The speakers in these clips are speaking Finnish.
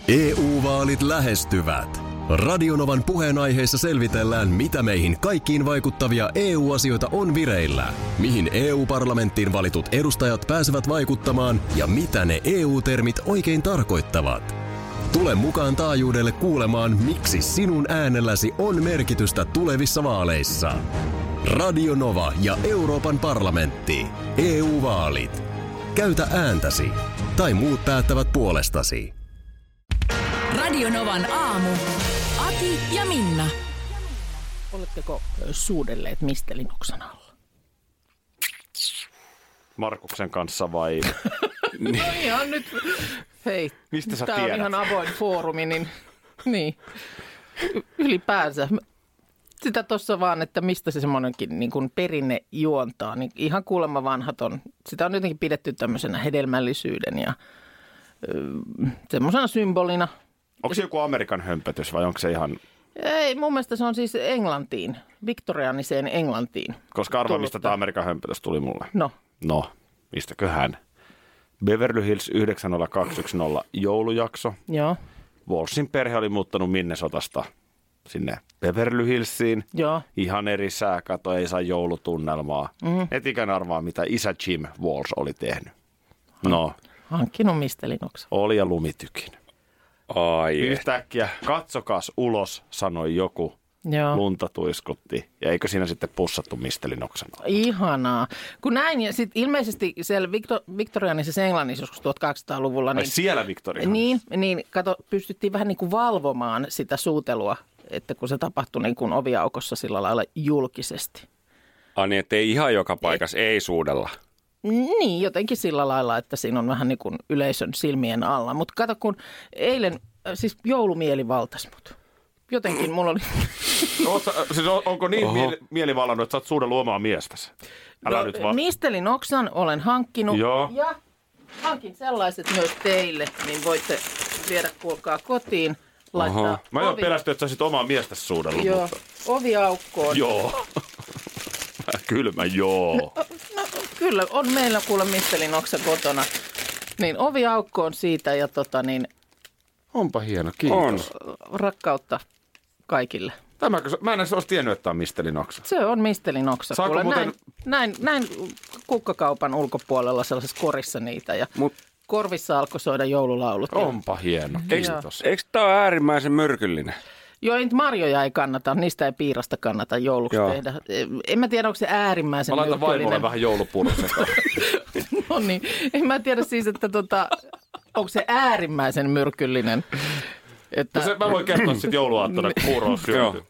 EU-vaalit lähestyvät. Radionovan puheenaiheessa selvitellään, mitä meihin kaikkiin vaikuttavia EU-asioita on vireillä, mihin EU-parlamenttiin valitut edustajat pääsevät vaikuttamaan ja mitä ne EU-termit oikein tarkoittavat. Tule mukaan taajuudelle kuulemaan, miksi sinun äänelläsi on merkitystä tulevissa vaaleissa. Radio Nova ja Euroopan parlamentti. EU-vaalit. Käytä ääntäsi. Tai muut päättävät puolestasi. Radio Novan aamu. Ati ja Minna. Oletteko suudelleet Mistelinoksan alla? Markuksen kanssa vai? No ihan nyt. Hei, mistä sä tää tiedät? on ihan avoin foorumi, niin ylipäänsä. Sitä tuossa vaan, että mistä se semmoinenkin niin kuin perinne juontaa. Niin ihan kuulemma vanhat on. Sitä on jotenkin pidetty tämmöisenä hedelmällisyyden ja semmoisena symbolina. Onko se joku Amerikan hömpötys vai onko se ihan... Ei, mun mielestä se on siis Englantiin, viktoriaaniseen Englantiin. Koska arvaa, mistä tämä Amerikan hömpötys tuli mulle. No, mistäköhän? Beverly Hills 90210 joulujakso. Joo. Walshin perhe oli muuttanut Minnesotasta sinne Beverly Hillsiin. Joo. Ihan eri sääkato, ei saa joulutunnelmaa. Etikään arvaa, mitä isä Jim Walsh oli tehnyt. No. Hankkinut Mistelinoksan. Oli ja lumitykin. Ai. Yhtäkkiä katsokas ulos, sanoi joku. Joo. Lunta tuiskutti. Ja eikö siinä sitten pussattu Mistelinoksan alla? Ihanaa. Kun näin, ja sitten ilmeisesti siellä viktoriaanisessa Englannissa joskus 1800-luvulla... Niin, siellä Victoria. Niin, kato, pystyttiin vähän niin kuin valvomaan sitä suutelua, että kun se tapahtui niin kuin oviaukossa sillä lailla julkisesti. Niin, ettei ihan joka paikassa ei suudella. Niin, jotenkin sillä lailla, että siinä on vähän niin kuin yleisön silmien alla. Mutta kato, kun eilen, siis joulumieli valtasi mut. Jotenkin mulla oli... Onko niin mielivallannut, että sä oot suudellut omaa miestäsi? Älä nyt vaan. Mistelinoksan olen hankkinut. Joo. Ja hankin sellaiset myös teille, niin voitte viedä kuulkaa kotiin. Laittaa Mä en ole pelästynyt, että sä olisit omaa miestäsi suudellut. Joo, mutta... oviaukkoon. Joo. Kylmä joo. No, kyllä, on meillä kuule Mistelinoksa kotona. Niin oviaukkoon siitä ja Onpa hieno, kiitos. Rakkautta kaikille. Mä en olisi tiennyt, että on Mistelinoksa. Se on Mistelinoksa. Saako kuule, muuten... näin kukkakaupan ulkopuolella sellaisessa korissa niitä ja korvissa alkoi soida joululaulut. Onpa hieno, kiitos. Eikö tämä ole äärimmäisen myrkyllinen? Joo, niitä marjoja ei kannata, niistä ei piirasta kannata jouluksi tehdä. En mä tiedä, onko se äärimmäisen myrkyllinen. Mä laitan vaimolle vähän joulupursen. No niin, en mä tiedä siis, että onko se äärimmäisen myrkyllinen. Että... No mä voin kertoa sitten jouluaattona, kun puuro on syöty.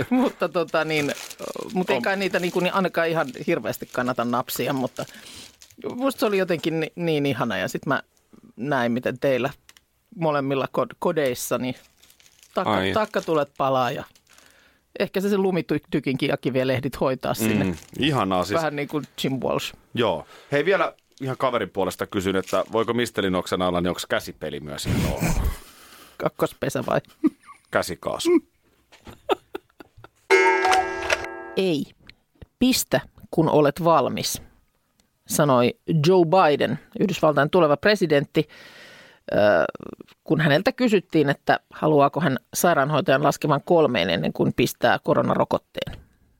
mutta ei kai niitä niin ainakaan ihan hirveästi kannata napsia, mutta musta se oli jotenkin niin ihana. Ja sitten mä näin, miten teillä molemmilla kodeissa, niin takkatulet palaa ja ehkä se lumitykinkin vielä ehdit hoitaa sinne. Ihanaa siis. Vähän niin kuin Jim Walsh. Joo. Hei vielä ihan kaverin puolesta kysyn, että voiko Mistelinoksan alla, niin onko käsipeli myös ihan ollut? Kakkospesä vai? Käsikaasu. Ei. Pistä, kun olet valmis, sanoi Joe Biden, Yhdysvaltain tuleva presidentti, kun häneltä kysyttiin, että haluaako hän sairaanhoitajan laskevan 3 ennen kuin pistää koronarokotteen.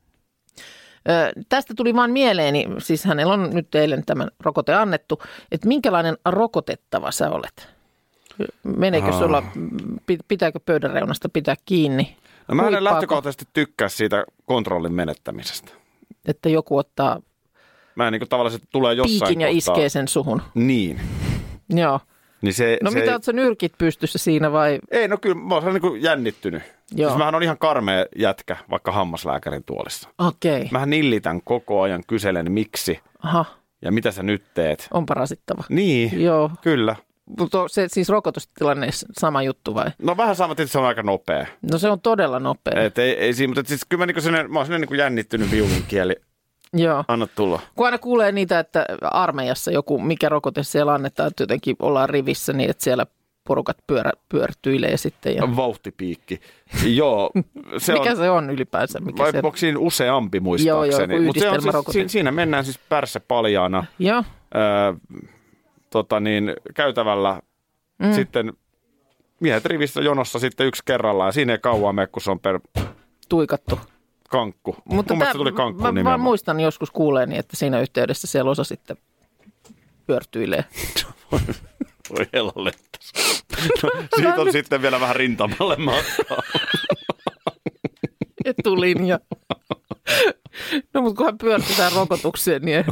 Tästä tuli vaan mieleeni, siis hänellä on nyt eilen tämän rokote annettu, että minkälainen rokotettava sä olet? Meneekö sulla, pitääkö pöydän reunasta pitää kiinni? No mä en lähtökohtaisesti tykkää siitä kontrollin menettämisestä. Että joku ottaa mä en niin kuin tavallaan se tulee jossain piikin ja kohtaa. iskee sen suhun. Niin. Joo. Niin mitä oot sä nyrkit pystyssä siinä vai? Ei, no kyllä mä oon niin kuin jännittynyt. Joo. Siis mähän on ihan karmea jätkä vaikka hammaslääkärin tuolissa. Okei. Mähän nillitän koko ajan, kyselen miksi. Aha. Ja mitä sä nyt teet. Onpa rasittava. Niin, joo. Kyllä. Mutta se siis rokotustilanne sama juttu vai? No vähän sama, että se on aika nopea. No se on todella nopea. Ei siinä, mutta siis kyllä mä oon niin jännittynyt viulunkieli. Joo. Anna tulla. Kun aina kuulee niitä, että armeijassa mikä rokote siellä annetaan, että jotenkin ollaan rivissä niin, että siellä porukat pyörtyilee sitten. Ja... Vauhtipiikki. Joo. Mikä se on ylipäänsä? Vai onko siinä useampi muistaakseni? Joo, yhdistelmärokote. Siis, siinä mennään siis pärssä paljaana. Joo. Käytävällä. Sitten miehet rivissä jonossa sitten yksi kerrallaan ja siinä ei kauan mene, kun se on tuikattu. Kankku. Mutta mun mielestä tuli kankku nimenomaan. Mä muistan joskus kuuleeni, että siinä yhteydessä siellä osa sitten pyörtyilee. Voi hellettas. No, siitä on sitten vielä vähän rintamalle matkaa. Etulinja. No mutta kunhan pyörtytään rokotukseen, niin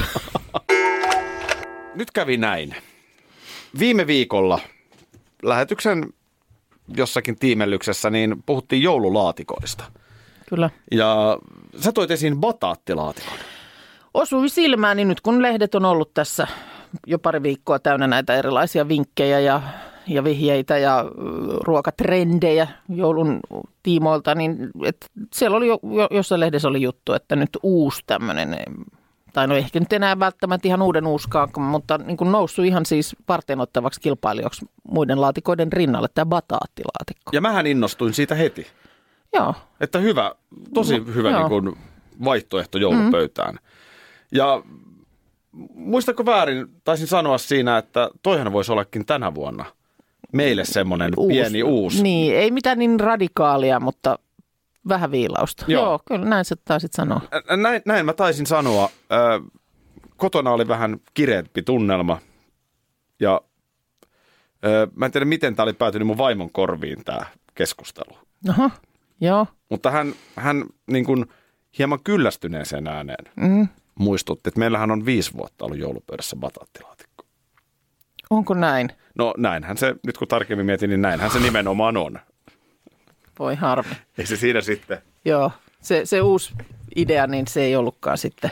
Nyt kävi näin. Viime viikolla lähetyksen jossakin tiimellyksessä niin puhuttiin joululaatikoista. Kyllä. Ja sä toit esiin bataattilaatikon. Osui silmään, niin nyt kun lehdet on ollut tässä jo pari viikkoa täynnä näitä erilaisia vinkkejä ja vihjeitä ja ruokatrendejä joulun tiimoilta, niin siellä oli jossain lehdessä oli juttu, että nyt uusi tämmöinen, tai no ehkä nyt enää välttämättä ihan uuden uuskaan, mutta niin kuin noussut ihan siis varteenottavaksi kilpailijaksi muiden laatikoiden rinnalle, tämä bataattilaatikko. Ja mähän innostuin siitä heti. Joo. Että hyvä, tosi hyvä niin kuin vaihtoehto joulupöytään. Ja muistatko väärin, taisin sanoa siinä, että toihan voisi ollakin tänä vuonna meille semmoinen pieni uusi. Niin, ei mitään niin radikaalia, mutta vähän viilausta. Joo, kyllä näin sä taisit sanoa. Näin mä taisin sanoa. Kotona oli vähän kireempi tunnelma ja mä en tiedä, miten tämä oli päätynyt mun vaimon korviin tämä keskustelu. Aha, joo. Mutta hän niin kuin hieman kyllästyneeseen ääneen muistutti, että meillähän on 5 vuotta ollut joulupöydässä bataattilaatikko. Onko näin? No näinhän se, nyt kun tarkemmin mietin, niin näinhän se nimenomaan on. Voi harmi. Ei se siinä sitten. Joo, se uusi idea, niin se ei ollutkaan sitten.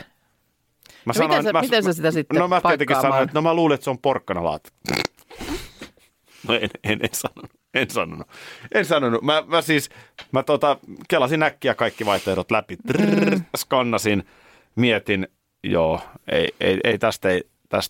Miten sä sitä sitten No mä tietenkin paikkaamaan? sanoin, että mä luulen, että se on porkkanalaatikko. No en sanonut. Mä kelasin äkkiä kaikki vaihtoehdot läpi. Skannasin, mietin, joo, ei tästä ei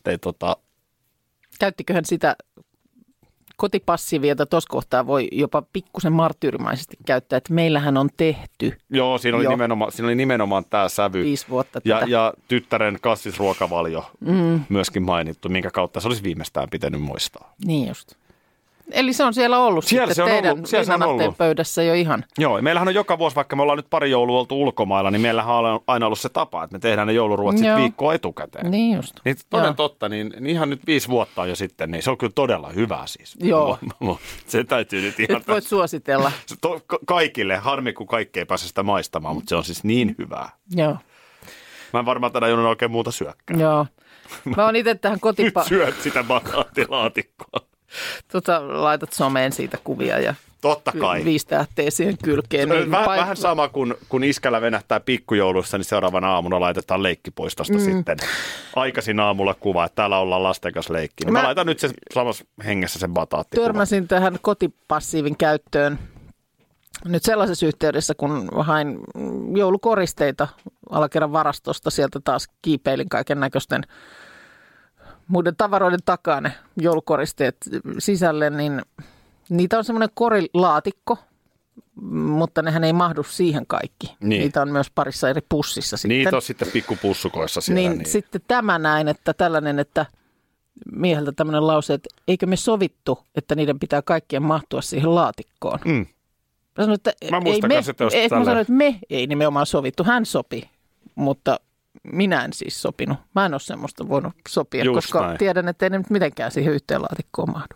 Käyttiköhän sitä kotipassiivia, jota tuossa kohtaa voi jopa pikkusen marttyyrimaisesti käyttää, että meillähän on tehty. Joo, siinä oli nimenomaan tämä sävy. 5 vuotta ja tyttären kasvisruokavalio myöskin mainittu, minkä kautta se olisi viimeistään pitänyt muistaa. Niin just. Eli se on siellä ollut sitten teidän linnanahteen pöydässä jo ihan. Joo, meillähän on joka vuosi, vaikka me ollaan nyt pari joulua oltu ulkomailla, niin meillähän on aina ollut se tapa, että me tehdään ne jouluruot sitten viikkoa etukäteen. Niin just. Niin toden totta, niin ihan nyt 5 vuotta on jo sitten, niin se on kyllä todella hyvä siis. Joo. Se täytyy nyt ihan... Nyt voit suositella. Kaikille, harmi kun kaikki ei pääse sitä maistamaan, mutta se on siis niin hyvää. Joo. Mä en varmaan tänä jouluna oikein muuta syökkää. Joo. Mä oon itse tähän Nyt syöt sitä bataattilaatikkoa. Laitat someen siitä kuvia ja totta kai 5 tähteä siihen kylkeen. Niin vähän sama kuin kun iskällä venähtää pikkujoulussa, niin seuraavana aamuna laitetaan leikkipuistosta sitten. Aikaisin aamulla kuva, että täällä ollaan lasten kanssa leikkiä. Mä laitan nyt sen samassa hengessä sen bataattikuvan. Törmäsin tähän kotipassiivin käyttöön nyt sellaisessa yhteydessä, kun hain joulukoristeita alakerran varastosta. Sieltä taas kiipeilin kaiken näköisten muiden tavaroiden takaa ne joulukoristeet sisälle, niin niitä on semmoinen korilaatikko, mutta nehän ei mahdu siihen kaikki. Niin. Niitä on myös parissa eri pussissa sitten. Niitä on sitten pikkupussukoissa siellä. Niin sitten tämä näin, että tällainen, että mieheltä tämmöinen lause, että eikö me sovittu, että niiden pitää kaikkien mahtua siihen laatikkoon. Mä sanoin, että mä sanoin, että me ei nimenomaan sovittu, hän sopi, mutta minä en siis sopinut. Mä en ole semmoista voinut sopia, just koska näin. Tiedän, että ei ne nyt mitenkään siihen yhteen laatikkoon mahdu.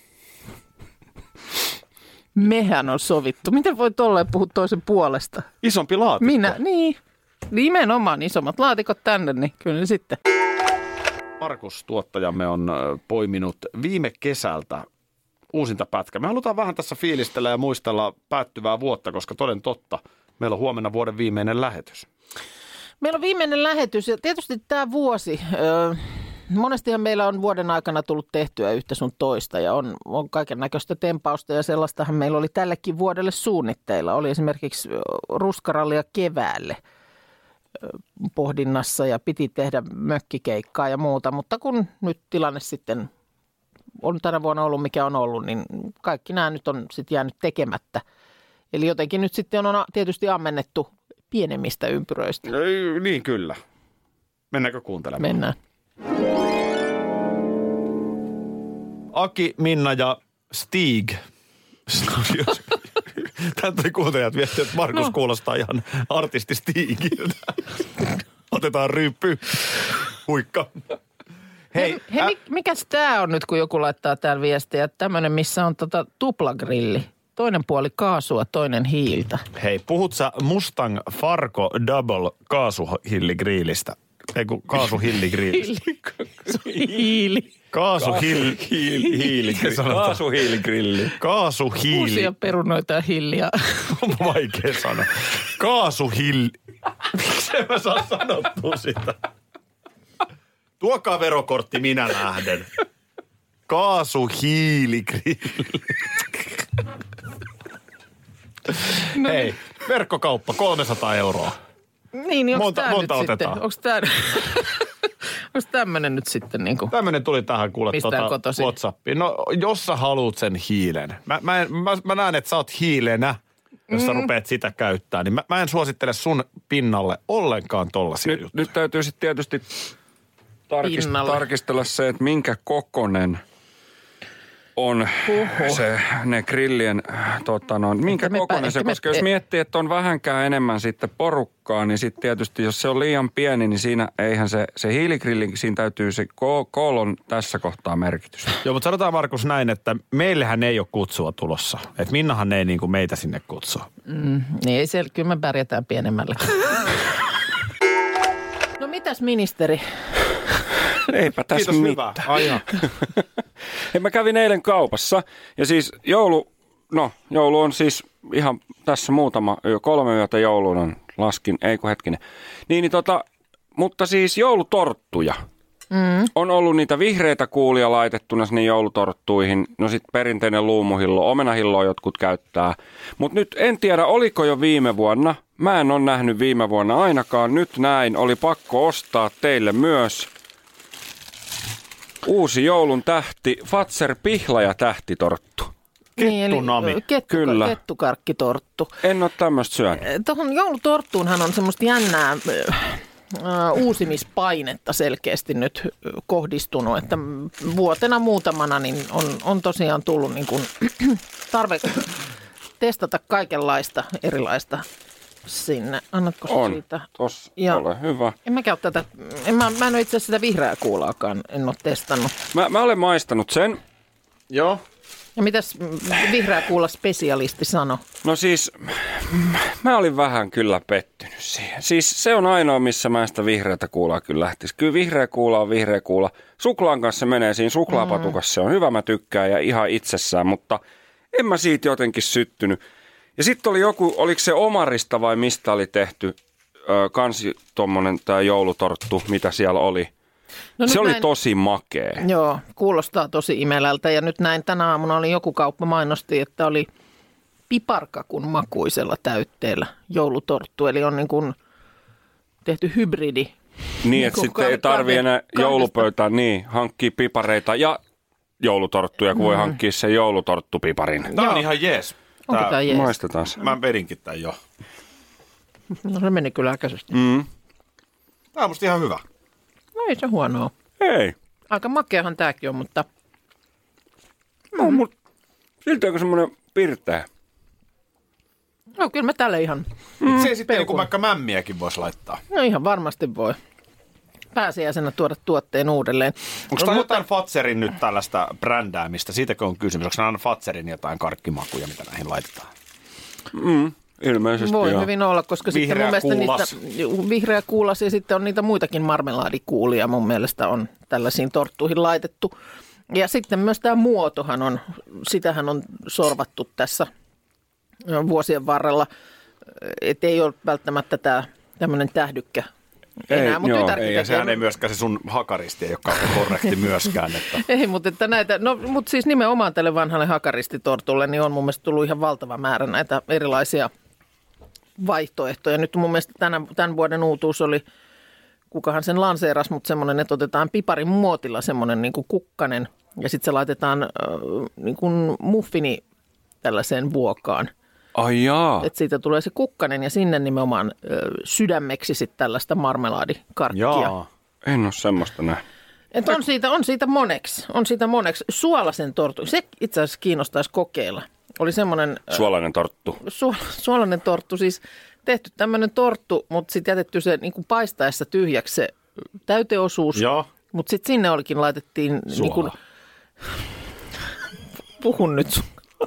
Mehän on sovittu. Miten voi tolleen puhua toisen puolesta? Isompi laatikko. Minä, niin. Nimenomaan isommat laatikot tänne, niin kyllä ne sitten. Markus, tuottajamme, on poiminut viime kesältä uusinta pätkä. Me halutaan vähän tässä fiilistellä ja muistella päättyvää vuotta, koska toden totta, meillä on huomenna vuoden viimeinen lähetys. Meillä on viimeinen lähetys ja tietysti tämä vuosi, monestihan meillä on vuoden aikana tullut tehtyä yhtä sun toista ja on kaiken näköistä tempausta ja sellaistahan meillä oli tällekin vuodelle suunnitteilla. Oli esimerkiksi ruskarallia keväälle pohdinnassa ja piti tehdä mökkikeikkaa ja muuta, mutta kun nyt tilanne sitten on tänä vuonna ollut mikä on ollut, niin kaikki nämä nyt on sitten jäänyt tekemättä. Eli jotenkin nyt sitten on tietysti ammennettu pienemmistä ympyröistä. Niin kyllä. Mennäänkö kuuntelemaan? Mennään. Aki, Minna ja Stig Tän tuli kuuntelijat viestiä, että Markus kuulostaa ihan artististiikiltä. Otetaan ryyppy. Huikka. Hei, mikäs tää on nyt, kun joku laittaa täällä viestiä? Tämmönen, missä on tuplagrilli. Toinen puoli kaasua, toinen hiiltä. Hei, puhut sä Mustang Farco Double kaasuhilligrillistä? Ei kun kaasuhilligrillistä. Hiili. Kaasuhilligrilli. Kaasuhiili. Uusia perunoita ja hilliä. On vaikea sanoa. Kaasuhilli. Miksei mä saa sanottua sitä? Tuokaa verokortti, minä lähden. Kaasuhiiligrilli. No hei, verkkokauppa 300 €. Niin, onko tää monta nyt otetaan? sitten? Onko tämmönen nyt sitten niinku? Tämmönen tuli tähän kuule WhatsAppiin. No, jos sä haluut sen hiilen. Mä näen, että sä oot hiilenä, jos sä rupeat sitä käyttää. Niin mä en suosittele sun pinnalle ollenkaan tollasia juttuja. Nyt täytyy sitten tietysti tarkistella se, että minkä kokonen on ne grillien, minkä kokoinen se, koska jos miettii, että on vähänkään enemmän sitten porukkaa, niin sitten tietysti, jos se on liian pieni, niin siinä eihän se hiiligrilli, siinä täytyy se koolon tässä kohtaa merkitystä. Joo, mutta sanotaan Markus näin, että meillähän ei ole kutsua tulossa. Että Minnahan ei niinku meitä sinne kutsua. Niin ei siellä, kyllä me pärjätään pienemmällä. No mitäs ministeri? Eipä tässä Kiitos, mitään. Hyvä. Mä kävin eilen kaupassa ja siis joulu on siis ihan tässä muutama, 3 yötä jouluun on laskin, mutta siis joulutorttuja. On ollut niitä vihreitä kuulia laitettuna sinne joulutorttuihin, no sit perinteinen luumuhillo, omenahilloa jotkut käyttää. Mutta nyt en tiedä, oliko jo viime vuonna, mä en ole nähnyt viime vuonna ainakaan, nyt näin, oli pakko ostaa teille myös. Uusi joulun tähti, Fazer pihlaja tähtitorttu. Kettunami. Kyllä. Kettukarkkitorttu. En ole tämmöistä syönyt. Tuohon joulutorttuunhan on semmoista jännää uusimispainetta selkeästi nyt kohdistunut, että vuotena muutamana niin on tosiaan tullut niin kuin tarve testata kaikenlaista erilaista sinne. Annatko on. Siitä? Tossa, ole hyvä. En mä käy tätä, mä en ole itse asiassa sitä vihreää kuulaakaan, en ole testannut. Mä olen maistanut sen. Joo. Ja mitäs vihreä kuula spesialisti sanoi? No siis, mä olin vähän kyllä pettynyt siihen. Siis se on ainoa, missä mä sitä vihreätä kuulaa kyllä lähtisi. Kyllä vihreä kuula on vihreä kuula. Suklaan kanssa se menee siinä suklaapatukassa. Se on hyvä, mä tykkään ja ihan itsessään, mutta en mä siitä jotenkin syttynyt. Ja sitten oli joku, oliko se Omarista vai mistä oli tehty kansi tommonen tää joulutorttu, mitä siellä oli. No se oli tosi makea. Joo, kuulostaa tosi imelältä ja nyt näin tänä aamuna oli joku kauppa mainosti, että oli piparkakun makuisella täytteellä joulutorttu. Eli on niin kuin tehty hybridi. Niin, että sitten ei tarvitse enää joulupöytään hankkia pipareita ja joulutorttuja, kun voi hankkia sen joulutorttupiparin. Tämä on ihan jees. Onko tämä jees? Maistetaan se. Mä vedinkin tämän jo. No se meni kyllä äkäisesti. Tämä on musta ihan hyvä. No ei se huonoa. Ei. Aika makeahan tääkin on, mutta No, mutta silti onko semmoinen pirteä? no kyllä mä tälle ihan Se sitten niin kuin vaikka mämmiäkin voisi laittaa. No ihan varmasti voi pääsiäisenä tuoda tuotteen uudelleen. Onko tämä jotain Fazerin nyt tällaista brändäämistä? Siitäkö on kysymys? Onko aina Fazerin jotain karkkimakuja, mitä näihin laitetaan? Ilmeisesti Voi joo. hyvin olla, koska Vihreä sitten mun mielestä kuulas. vihreä kuulas ja sitten on niitä muitakin marmelaadikuulia mun mielestä on tällaisiin torttuihin laitettu. Ja sitten myös tämä muotohan sitähän on sorvattu tässä vuosien varrella, että ei ole välttämättä tämä tämmöinen tähdykkä enää. Ei, ja sehän ei myöskään se sun hakaristi, ei ole korrekti myöskään. Että. Ei, mutta että näitä, mutta siis nimenomaan tälle vanhalle hakaristitortulle niin on mun mielestä tullut ihan valtava määrä näitä erilaisia vaihtoehtoja. Nyt mun mielestä tämän vuoden uutuus oli, kukahan sen lanseerasi, mutta semmoinen, että otetaan piparin muotilla semmoinen niin kuin kukkanen ja sitten se laitetaan niin kuin muffini tällaiseen vuokaan. Ai jaa. Että siitä tulee se kukkanen ja sinne nimenomaan sydämeksi sitten tällaista marmelaadikarkkia. Jaa. En ole semmoista nähnyt. Et on siitä moneksi. Suolaisen tortun. Se itse asiassa kiinnostaisi kokeilla. oli semmoinen... Suolainen torttu. Suolainen torttu, siis tehty tämmöinen torttu, mutta sitten jätetty se niin kuin paistaessa tyhjäksi se täyteosuus. Joo. Mutta sitten sinne olikin laitettiin... Niin kuin, puhun nyt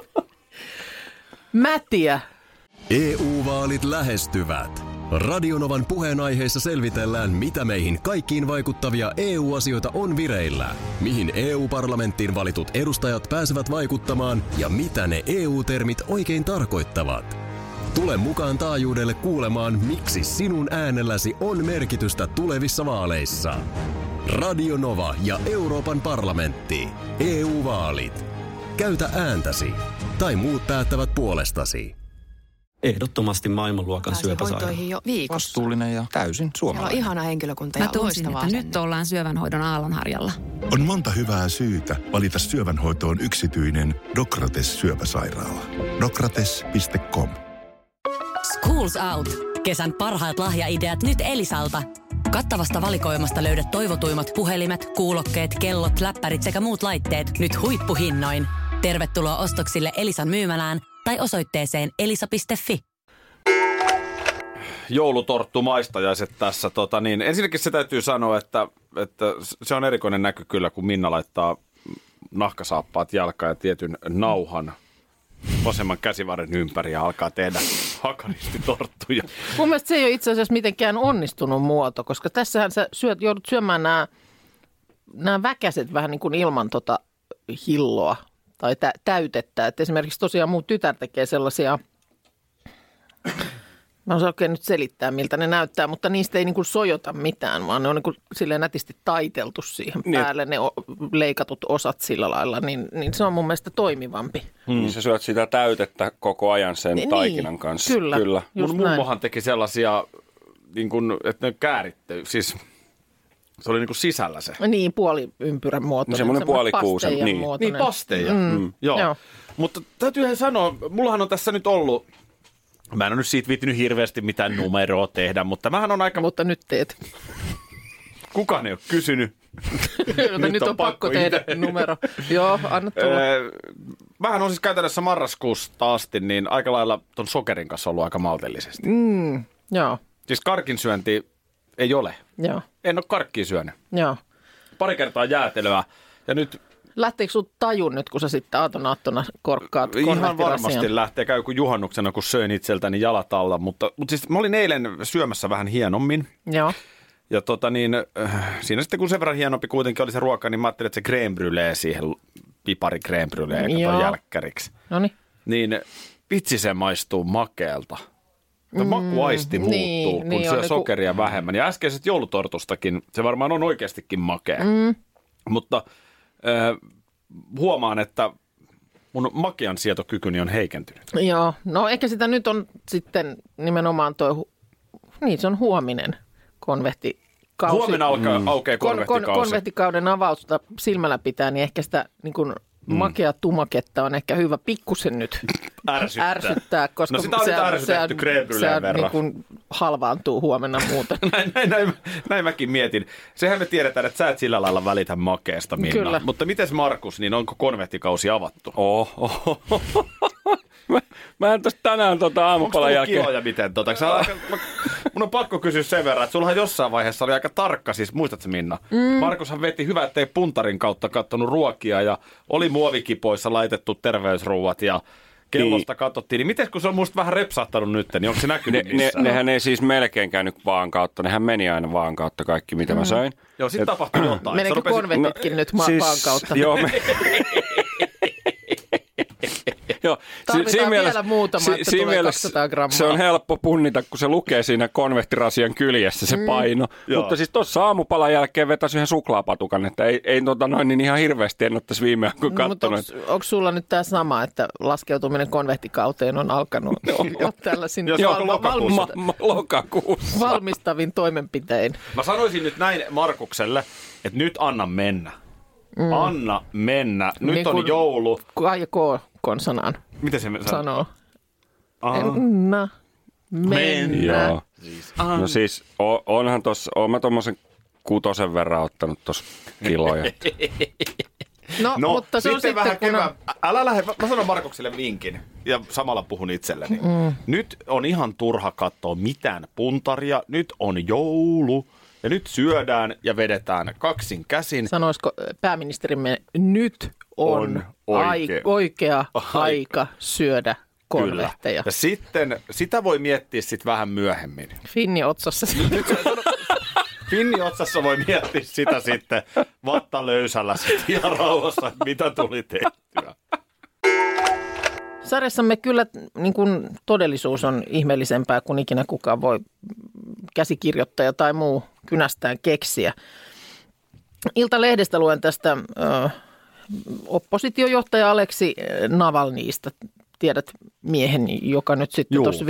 mätiä. EU-vaalit lähestyvät. Radionovan puheenaiheessa selvitellään, mitä meihin kaikkiin vaikuttavia EU-asioita on vireillä, mihin EU-parlamenttiin valitut edustajat pääsevät vaikuttamaan ja mitä ne EU-termit oikein tarkoittavat. Tule mukaan taajuudelle kuulemaan, miksi sinun äänelläsi on merkitystä tulevissa vaaleissa. Radio Nova ja Euroopan parlamentti. EU-vaalit. Käytä ääntäsi. Tai muut päättävät puolestasi. Ehdottomasti maailmanluokan syöpäsairaala. Hoitoihin jo viikossa. Vastuullinen ja täysin suomalainen. Siellä on ihana henkilökunta ja mä tunsin, loistavaa että nyt ollaan syövänhoidon aallonharjalla. On monta hyvää syytä valita syövänhoitoon yksityinen Docrates syöpäsairaala. Docrates.com. Schools Out. Kesän parhaat lahjaideat nyt Elisalta. Kattavasta valikoimasta löydät toivotuimmat puhelimet, kuulokkeet, kellot, läppärit sekä muut laitteet nyt huippuhinnoin. Tervetuloa ostoksille Elisan myymälään tai osoitteeseen elisa.fi. Joulutorttumaistajaiset tässä. Ensinnäkin se täytyy sanoa, että se on erikoinen näky kyllä, kun Minna laittaa nahkasaappaat jalkaan ja tietyn nauhan vasemman käsivarren ympäri ja alkaa tehdä hakaristitorttuja. Mun mielestä se ei ole itse asiassa mitenkään onnistunut muoto, koska tässähän sä joudut syömään nämä väkäset vähän niin kuin ilman hilloa tai täytettä. Et esimerkiksi tosiaan mun tytär tekee sellaisia, mä en saa oikein nyt selittää miltä ne näyttää, mutta niistä ei niin kuin sojota mitään, vaan ne on niin kuin silleen nätisti taiteltu siihen päälle, ne leikatut osat sillä lailla, niin se on mun mielestä toimivampi. Niin sä syöt sitä täytettä koko ajan sen taikinan kanssa. Kyllä. Mun mummohan teki sellaisia, niin kuin, että ne kääritte, siis se oli niin kuin sisällä se. Niin, puoliympyrän muotoinen. Semmoinen puolikuusen. Niin, pasteja. Joo. Mutta täytyy sanoa, mullahan on tässä nyt ollut, mä en ole nyt siitä viittinyt hirveästi mitään numeroa tehdä, mutta mähän on aika... Mutta nyt teet. Kukaan ei ole kysynyt. nyt on pakko tehdä numero. Joo, anna tulla. Mähän on siis käytännössä marraskuusta asti, niin aika lailla ton sokerin kanssa ollut aika maltillisesti. Joo. Siis karkin syönti ei ole. Joo. En ole karkkia syönyt. Joo. Pari kertaa jäätelöä ja nyt... Lähteekö sun tajun nyt, kun sä sitten aattona korkkaat konvehtirasian? Ihan varmasti lähtee. Käy kuin juhannuksena, kun söin itseltäni jalat alla. Mutta siis mä olin eilen syömässä vähän hienommin. Joo. Ja siinä sitten kun sen verran hienompi kuitenkin oli se ruoka, niin mä ajattelin, että se crème brûlée siihen, pipari crème brûlée, kato jälkkäriksi. Noniin. Niin vitsi se maistuu makeelta. Makuaisti muuttuu, kun syö sokeria vähemmän. Ja äskeiset joulutortustakin, se varmaan on oikeastikin makea. Mutta huomaan, että mun makean sietokykyni on heikentynyt. Joo, no ehkä sitä nyt on sitten nimenomaan se on huominen konvehtikausi. Huomenna aukeaa konvehtikausi. Konvehtikauden avausta silmällä pitää, niin ehkä sitä niin kuin makea tumaketta on ehkä hyvä pikkusen nyt ärsyttää, koska no sitä on nyt ärsytetty crème brûlén verran. Niin kuin halvaantuu huomenna muuta. näin mäkin mietin. Sehän me tiedetään, että sä et sillä lailla välitä makeesta, Minna. Kyllä. Mutta mites Markus, niin onko konvehtikausi avattu? Mä en tosta tänään aamupalan jälkeen. Onko kiloja miten? Mun on pakko kysyä sen verran, että sullahan jossain vaiheessa oli aika tarkka, siis muistatko Minna? Markushan veti hyvä, ettei puntarin kautta kattonut ruokia ja oli muovikipoissa laitettu terveysruuat ja kellosta katsottiin. Niin miten kun se on musta vähän repsahtanut nyt, niin onko se näkynyt missään? Nehän ei siis melkein käynyt vaan kautta, nehän meni aina vaan kautta kaikki mitä mä söin. Joo, sit tapahtui jotain. Meneekö konvehtitkin nyt vaan kautta? Joo, Joo, tarvitaan vielä muutama, että tulee 200 grammaa. Se on helppo punnita, kun se lukee siinä konvehtirasian kyljessä se paino. Mutta siis tuossa aamupalan jälkeen vetäisi yhden suklaapatukan, että ei niin ihan hirveästi en ottaisi viime aikoina katsonut. Mutta onko sulla nyt tämä sama, että laskeutuminen konvehtikauteen on alkanut jo tällaisin lokakuussa valmistavin toimenpitein? Mä sanoisin nyt näin Markukselle, että nyt anna mennä. Anna mennä. Nyt niin on joulu. Kai ja K-konsanaan. Miten se sanoo? Anna mennä. Joo. No siis oon mä tommosen 6 verran ottanut tossa kiloja. No, mutta se on sitten vähän sitten, Älä lähde, mä sanon Markukselle vinkin ja samalla puhun itselleni. Nyt on ihan turha katsoa mitään puntaria, nyt on joulu ja nyt syödään ja vedetään kaksin käsin. Sanoisiko pääministerimme, nyt on oikea aika syödä konvehteja. Ja sitten sitä voi miettiä sitten vähän myöhemmin. Finni otsassa. Finni otsassa voi miettiä sitä sitten vatta löysällä ja rauhassa, mitä tuli tehtyä. Sarjassamme kyllä niin kuin todellisuus on ihmeellisempää kuin ikinä kukaan voi käsikirjoittaja tai muu kynästään keksiä. Iltalehdestä luen tästä oppositiojohtaja Aleksi Navalnyista. Tiedät miehen, joka nyt sitten tuossa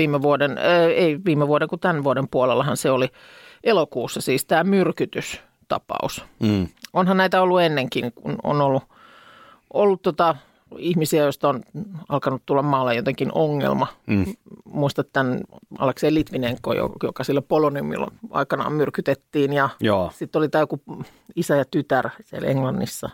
ei viime vuoden, kun tämän vuoden puolellahan se oli elokuussa, siis tämä myrkytystapaus. Onhan näitä ollut ennenkin, kun on ollut ihmisiä, joista on alkanut tulla maalle jotenkin ongelma. Muistat tämän Aleksei Litvinenko, joka sillä polonymilla aikanaan myrkytettiin. Ja sitten oli tämä joku isä ja tytär siellä Englannissa.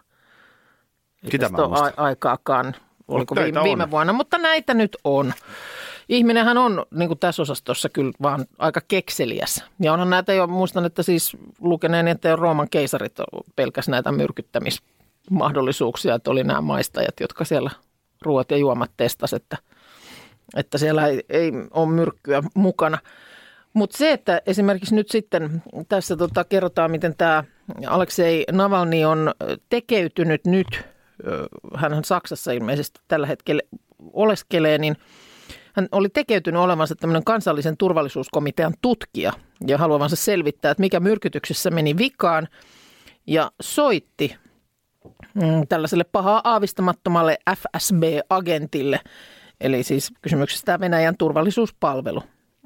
Sitä mä muistan. Aikaakaan, oliko viime vuonna, mutta näitä nyt on. Ihminenhän on niin kuin tässä osastossa kyllä vaan aika kekseliäs. Ja onhan näitä jo, muistan, että siis lukeneen, että jo Rooman keisarit pelkäs näitä myrkyttämismahdollisuuksia, että oli nämä maistajat, jotka siellä ruoat ja juomat testas, että siellä ei ole myrkkyä mukana. Mutta se, että esimerkiksi nyt sitten tässä kerrotaan, miten tämä Aleksei Navalny on tekeytynyt nyt, hänhän Saksassa ilmeisesti tällä hetkellä oleskelee, niin hän oli tekeytynyt olevansa tämmöinen kansallisen turvallisuuskomitean tutkija ja haluavansa selvittää, että mikä myrkytyksessä meni vikaan ja soitti tällaiselle pahaa aavistamattomalle FSB-agentille, eli siis kysymyksessä tämä Venäjän turvallisuuspalvelu.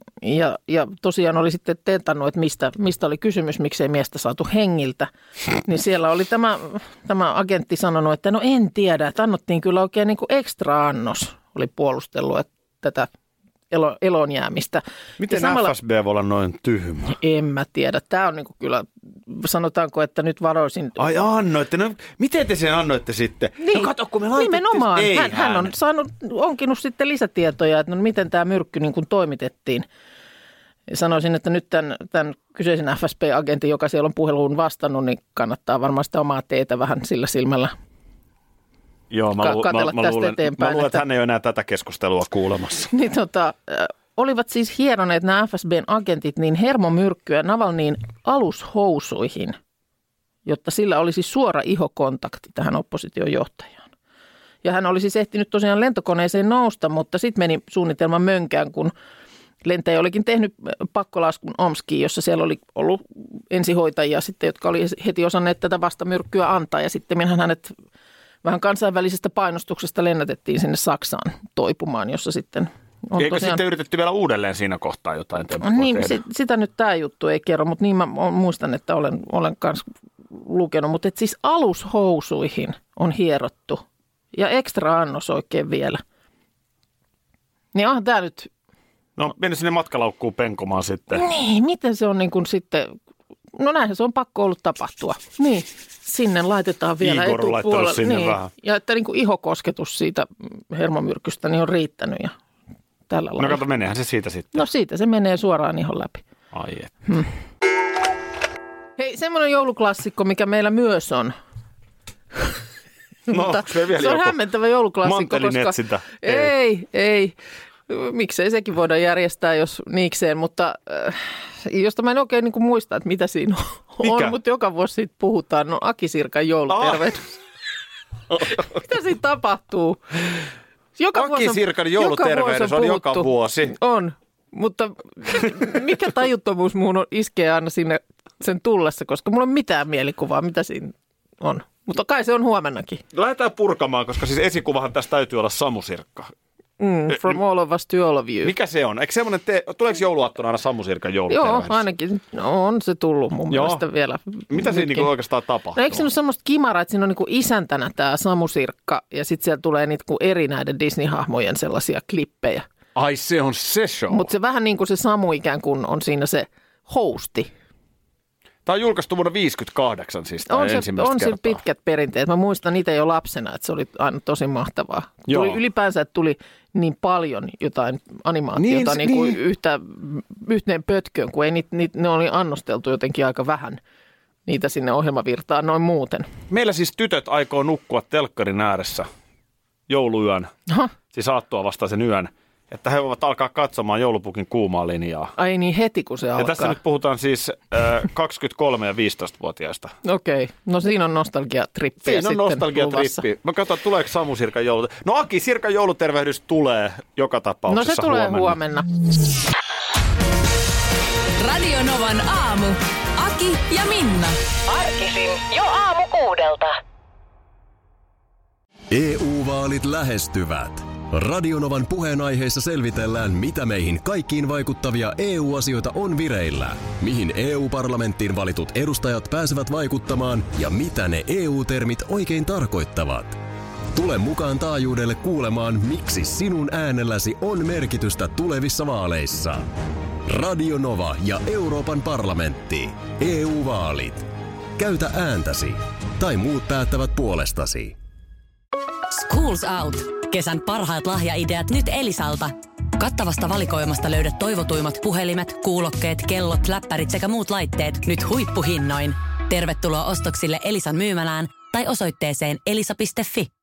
Ja tosiaan oli sitten tentannut, että mistä oli kysymys, miksei miestä saatu hengiltä. Niin siellä oli tämä agentti sanonut, että no en tiedä, että annottiin kyllä oikein niin kuin ekstra annos, oli puolustellut tätä eloon jäämistä. Miten FSB voi olla noin tyhmä? En mä tiedä. Tämä on niin kuin kyllä, sanotaanko, että nyt varoisin. Ai annoitte, no miten te sen annoitte sitten? Niin, no kato, kun me laitettiin. Nimenomaan. Hän on onkinut sitten lisätietoja, että no miten tämä myrkky niin kuin toimitettiin. Sanoisin, että nyt tämän kyseisen FSB-agentin, joka siellä on puheluun vastannut, niin kannattaa varmaan sitä omaa teetä vähän sillä silmällä katsella tästä eteenpäin. Mä luulen, että hän ei ole enää tätä keskustelua kuulemassa. Niin olivat siis hieroneet nämä FSBn agentit niin hermomyrkkyä Navalnyin alushousuihin, jotta sillä olisi suora ihokontakti tähän opposition johtajaan. Ja hän oli siis ehtinyt tosiaan lentokoneeseen nousta, mutta sitten meni suunnitelma mönkään, kun lentäjä olikin tehnyt pakkolaskun Omskiin, jossa siellä oli ollut ensihoitajia sitten, jotka oli heti osanneet tätä vastamyrkkyä antaa. Ja sitten hänet vähän kansainvälisestä painostuksesta lennätettiin sinne Saksaan toipumaan, jossa sitten on eikö tosiaan... sitten yritetty vielä uudelleen siinä kohtaa jotain tempua Niin, sitä nyt tämä juttu ei kerro, mutta niin mä muistan, että olen kanssa lukenut. Mutta siis alushousuihin on hierottu ja ekstra annos oikein vielä. Niin onhan tämä nyt... No mennä sinne matkalaukkuun penkomaan sitten. Niin, miten se on niin kuin sitten... No näinhän se on pakko ollut tapahtua. Niin, sinne laitetaan vielä Igor on laittanut sinne niin. vähän. Ja että niin kuin ihokosketus siitä hermomyrkystä niin on riittänyt ja tällä lailla. No kato, meneehän se siitä sitten. No siitä se menee suoraan ihon läpi. Ai että. Hei, semmoinen jouluklassikko, mikä meillä myös on. No, mutta se on hämmentävä jouluklassikko, koska... Ei. Miksei sekin voida järjestää, jos niikseen, mutta josta mä en oikein niin kuin muista, että mitä siinä on, mutta joka vuosi siitä puhutaan. No Aki Sirkan joulutervehdys. Mitä siinä tapahtuu? Aki Sirkan joulutervehdys on joka vuosi. On, mutta mikä tajuttomuus muun iskee aina sinne sen tullessa, koska mulla ei ole mitään mielikuvaa, mitä siinä on. Mutta kai se on huomennakin. Lähdetään purkamaan, koska siis esikuvahan tässä täytyy olla Samu Sirkka. From all of us to all of you. Mikä se on? Eikö semmoinen tuleeko jouluaattona aina Samu Sirkan joulutervehdys? Joo, ainakin. No, on se tullut mun mielestä vielä. Mitä siinä niinku oikeastaan tapahtuu? No eikö siinä ole semmoista kimaraa, että siinä on niinku isäntänä tämä Samu Sirkka ja sitten siellä tulee niitä eri näiden Disney-hahmojen sellaisia klippejä. Ai se on se show. Mutta se vähän niin kuin se Samu ikään kuin on siinä se hosti. Tämä on julkaistu vuonna 1958 siis tämä On ensimmäistä se kertaa. pitkät perinteet. Mä muistan itse jo lapsena, että se oli aina tosi mahtavaa. Tuli ylipäänsä, että tuli niin paljon jotain animaatiota niin yhteen pötköön, kun ei ne oli annosteltu jotenkin aika vähän niitä sinne ohjelmavirtaan noin muuten. Meillä siis tytöt aikoo nukkua telkkarin ääressä jouluyön, siis aattoa vastaisen yön, että he voivat alkaa katsomaan joulupukin kuumaa linjaa. Ai niin, heti kun se alkaa. Ja tässä nyt puhutaan siis 23- ja 15-vuotiaista. Okei, no siinä on nostalgiatrippiä sitten nostalgiatrippi. Mä katson, tuleeko Samu Sirkan joulu. No Aki, Sirkan joulutervehdys tulee joka tapauksessa No se tulee huomenna. Radio Novan aamu. Aki ja Minna. Arkisin jo aamu 6:00. EU-vaalit lähestyvät. Radionovan puheenaiheessa selvitellään, mitä meihin kaikkiin vaikuttavia EU-asioita on vireillä, mihin EU-parlamenttiin valitut edustajat pääsevät vaikuttamaan ja mitä ne EU-termit oikein tarkoittavat. Tule mukaan taajuudelle kuulemaan, miksi sinun äänelläsi on merkitystä tulevissa vaaleissa. Radio Nova ja Euroopan parlamentti. EU-vaalit. Käytä ääntäsi. Tai muut päättävät puolestasi. Schools Out. Kesän parhaat lahjaideat nyt Elisalta. Kattavasta valikoimasta löydät toivotuimmat puhelimet, kuulokkeet, kellot, läppärit sekä muut laitteet nyt huippuhinnoin. Tervetuloa ostoksille Elisan myymälään tai osoitteeseen elisa.fi.